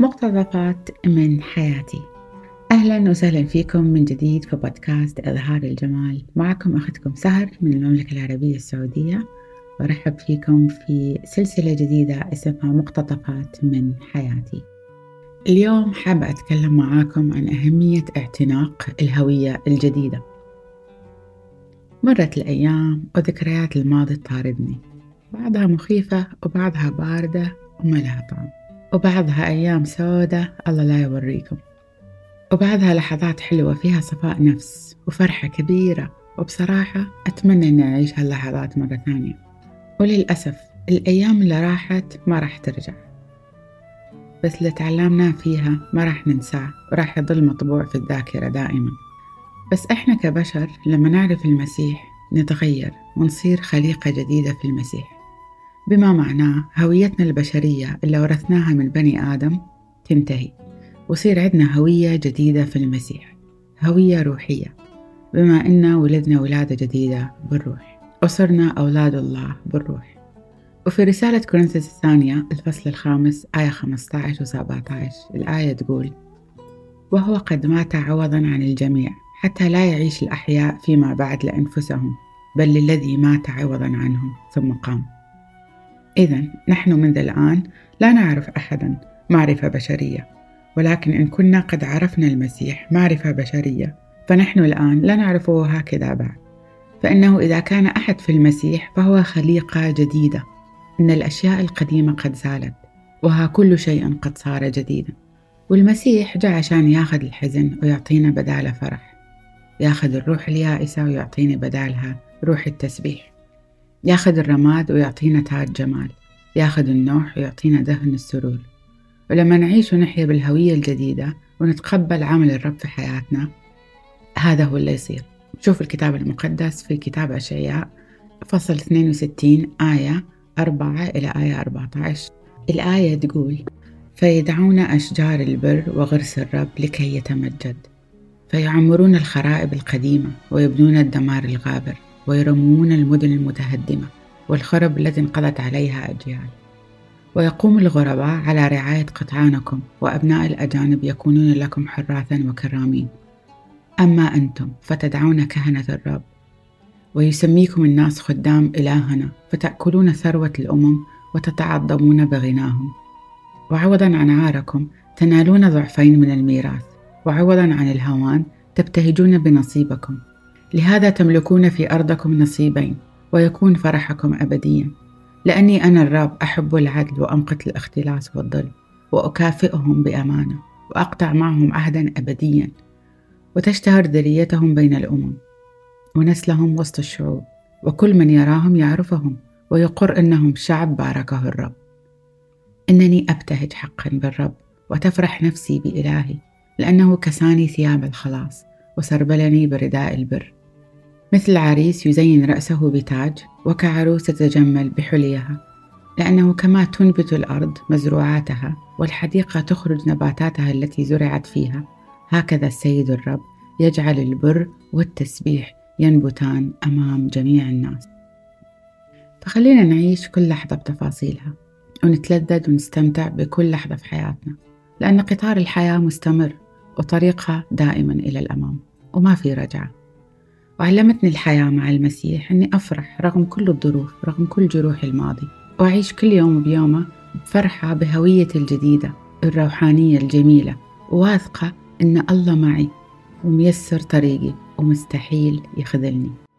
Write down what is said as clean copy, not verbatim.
مقتطفات من حياتي. أهلا وسهلا فيكم من جديد في بودكاست إظهار الجمال. معكم أختكم سهر من المملكة العربية السعودية، وأرحب فيكم في سلسلة جديدة اسمها مقتطفات من حياتي. اليوم حابة أتكلم معاكم عن أهمية اعتناق الهوية الجديدة. مرت الأيام وذكريات الماضي تطاردني، بعضها مخيفة وبعضها باردة وملها طعم، وبعضها أيام سودة الله لا يوريكم، وبعضها لحظات حلوة فيها صفاء نفس وفرحة كبيرة. وبصراحة أتمنى أني أعيش هاللحظات مرة ثانية. وللأسف الأيام اللي راحت ما راح ترجع، بس اللي تعلمناه فيها ما راح ننساه وراح يضل مطبوع في الذاكرة دائما. بس إحنا كبشر لما نعرف المسيح نتغير ونصير خليقة جديدة في المسيح، بما معناه هويتنا البشرية اللي ورثناها من بني آدم تنتهي، وصير عندنا هوية جديدة في المسيح، هوية روحية، بما إننا ولدنا ولادة جديدة بالروح وصرنا أولاد الله بالروح. وفي رسالة كورنثوس الثانية الفصل 5 آية 15 و17 الآية تقول: وهو قد مات عوضا عن الجميع حتى لا يعيش الأحياء فيما بعد لأنفسهم، بل للذي مات عوضا عنهم ثم قام. إذن نحن منذ الآن لا نعرف أحدا معرفة بشرية، ولكن إن كنا قد عرفنا المسيح معرفة بشرية فنحن الآن لا نعرفه هكذا بعد. فإنه إذا كان أحد في المسيح فهو خليقة جديدة، إن الأشياء القديمة قد زالت وها كل شيء قد صار جديدا. والمسيح جاء عشان ياخذ الحزن ويعطينا بداله فرح، ياخذ الروح اليائسة ويعطيني بدالها روح التسبيح، ياخذ الرماد ويعطينا تاج جمال، ياخذ النوح ويعطينا دهن السرور. ولما نعيش ونحيا بالهوية الجديدة ونتقبل عمل الرب في حياتنا، هذا هو اللي يصير. شوف الكتاب المقدس في كتاب أشعياء فصل 62 آية 4 إلى آية 14. الآية تقول: فيدعون أشجار البر وغرس الرب لكي يتمجد، فيعمرون الخرائب القديمة ويبنون الدمار الغابر ويرمون المدن المتهدمة والخرب التي انقضت عليها أجيال. ويقوم الغرباء على رعاية قطعانكم، وأبناء الأجانب يكونون لكم حراثا وكرامين. أما أنتم فتدعون كهنة الرب، ويسميكم الناس خدام إلهنا، فتأكلون ثروة الأمم وتتعظمون بغناهم. وعوضا عن عاركم تنالون ضعفين من الميراث، وعوضا عن الهوان تبتهجون بنصيبكم. لهذا تملكون في أرضكم نصيبين، ويكون فرحكم أبديا. لأني أنا الرب أحب العدل وأمقت الاختلاس والظلم، وأكافئهم بأمانة، وأقطع معهم عهدا أبديا. وتشتهر ذريتهم بين الأمم، ونسلهم وسط الشعوب، وكل من يراهم يعرفهم، ويقر إنهم شعب باركه الرب. إنني أبتهج حقا بالرب، وتفرح نفسي بإلهي، لأنه كساني ثياب الخلاص وسربلني برداء البر. مثل عريس يزين رأسه بتاج، وكعروس تتجمل بحليها. لأنه كما تنبت الأرض مزروعاتها، والحديقة تخرج نباتاتها التي زرعت فيها، هكذا السيد الرب يجعل البر والتسبيح ينبتان أمام جميع الناس. فخلينا نعيش كل لحظة بتفاصيلها، ونتلذذ ونستمتع بكل لحظة في حياتنا، لأن قطار الحياة مستمر وطريقها دائما إلى الأمام وما في رجعة. وعلمتني الحياة مع المسيح أني أفرح رغم كل الظروف، رغم كل جروح الماضي، وأعيش كل يوم بيومه بفرحة بهويتي الجديدة الروحانية الجميلة، وواثقة أن الله معي وميسر طريقي ومستحيل يخذلني.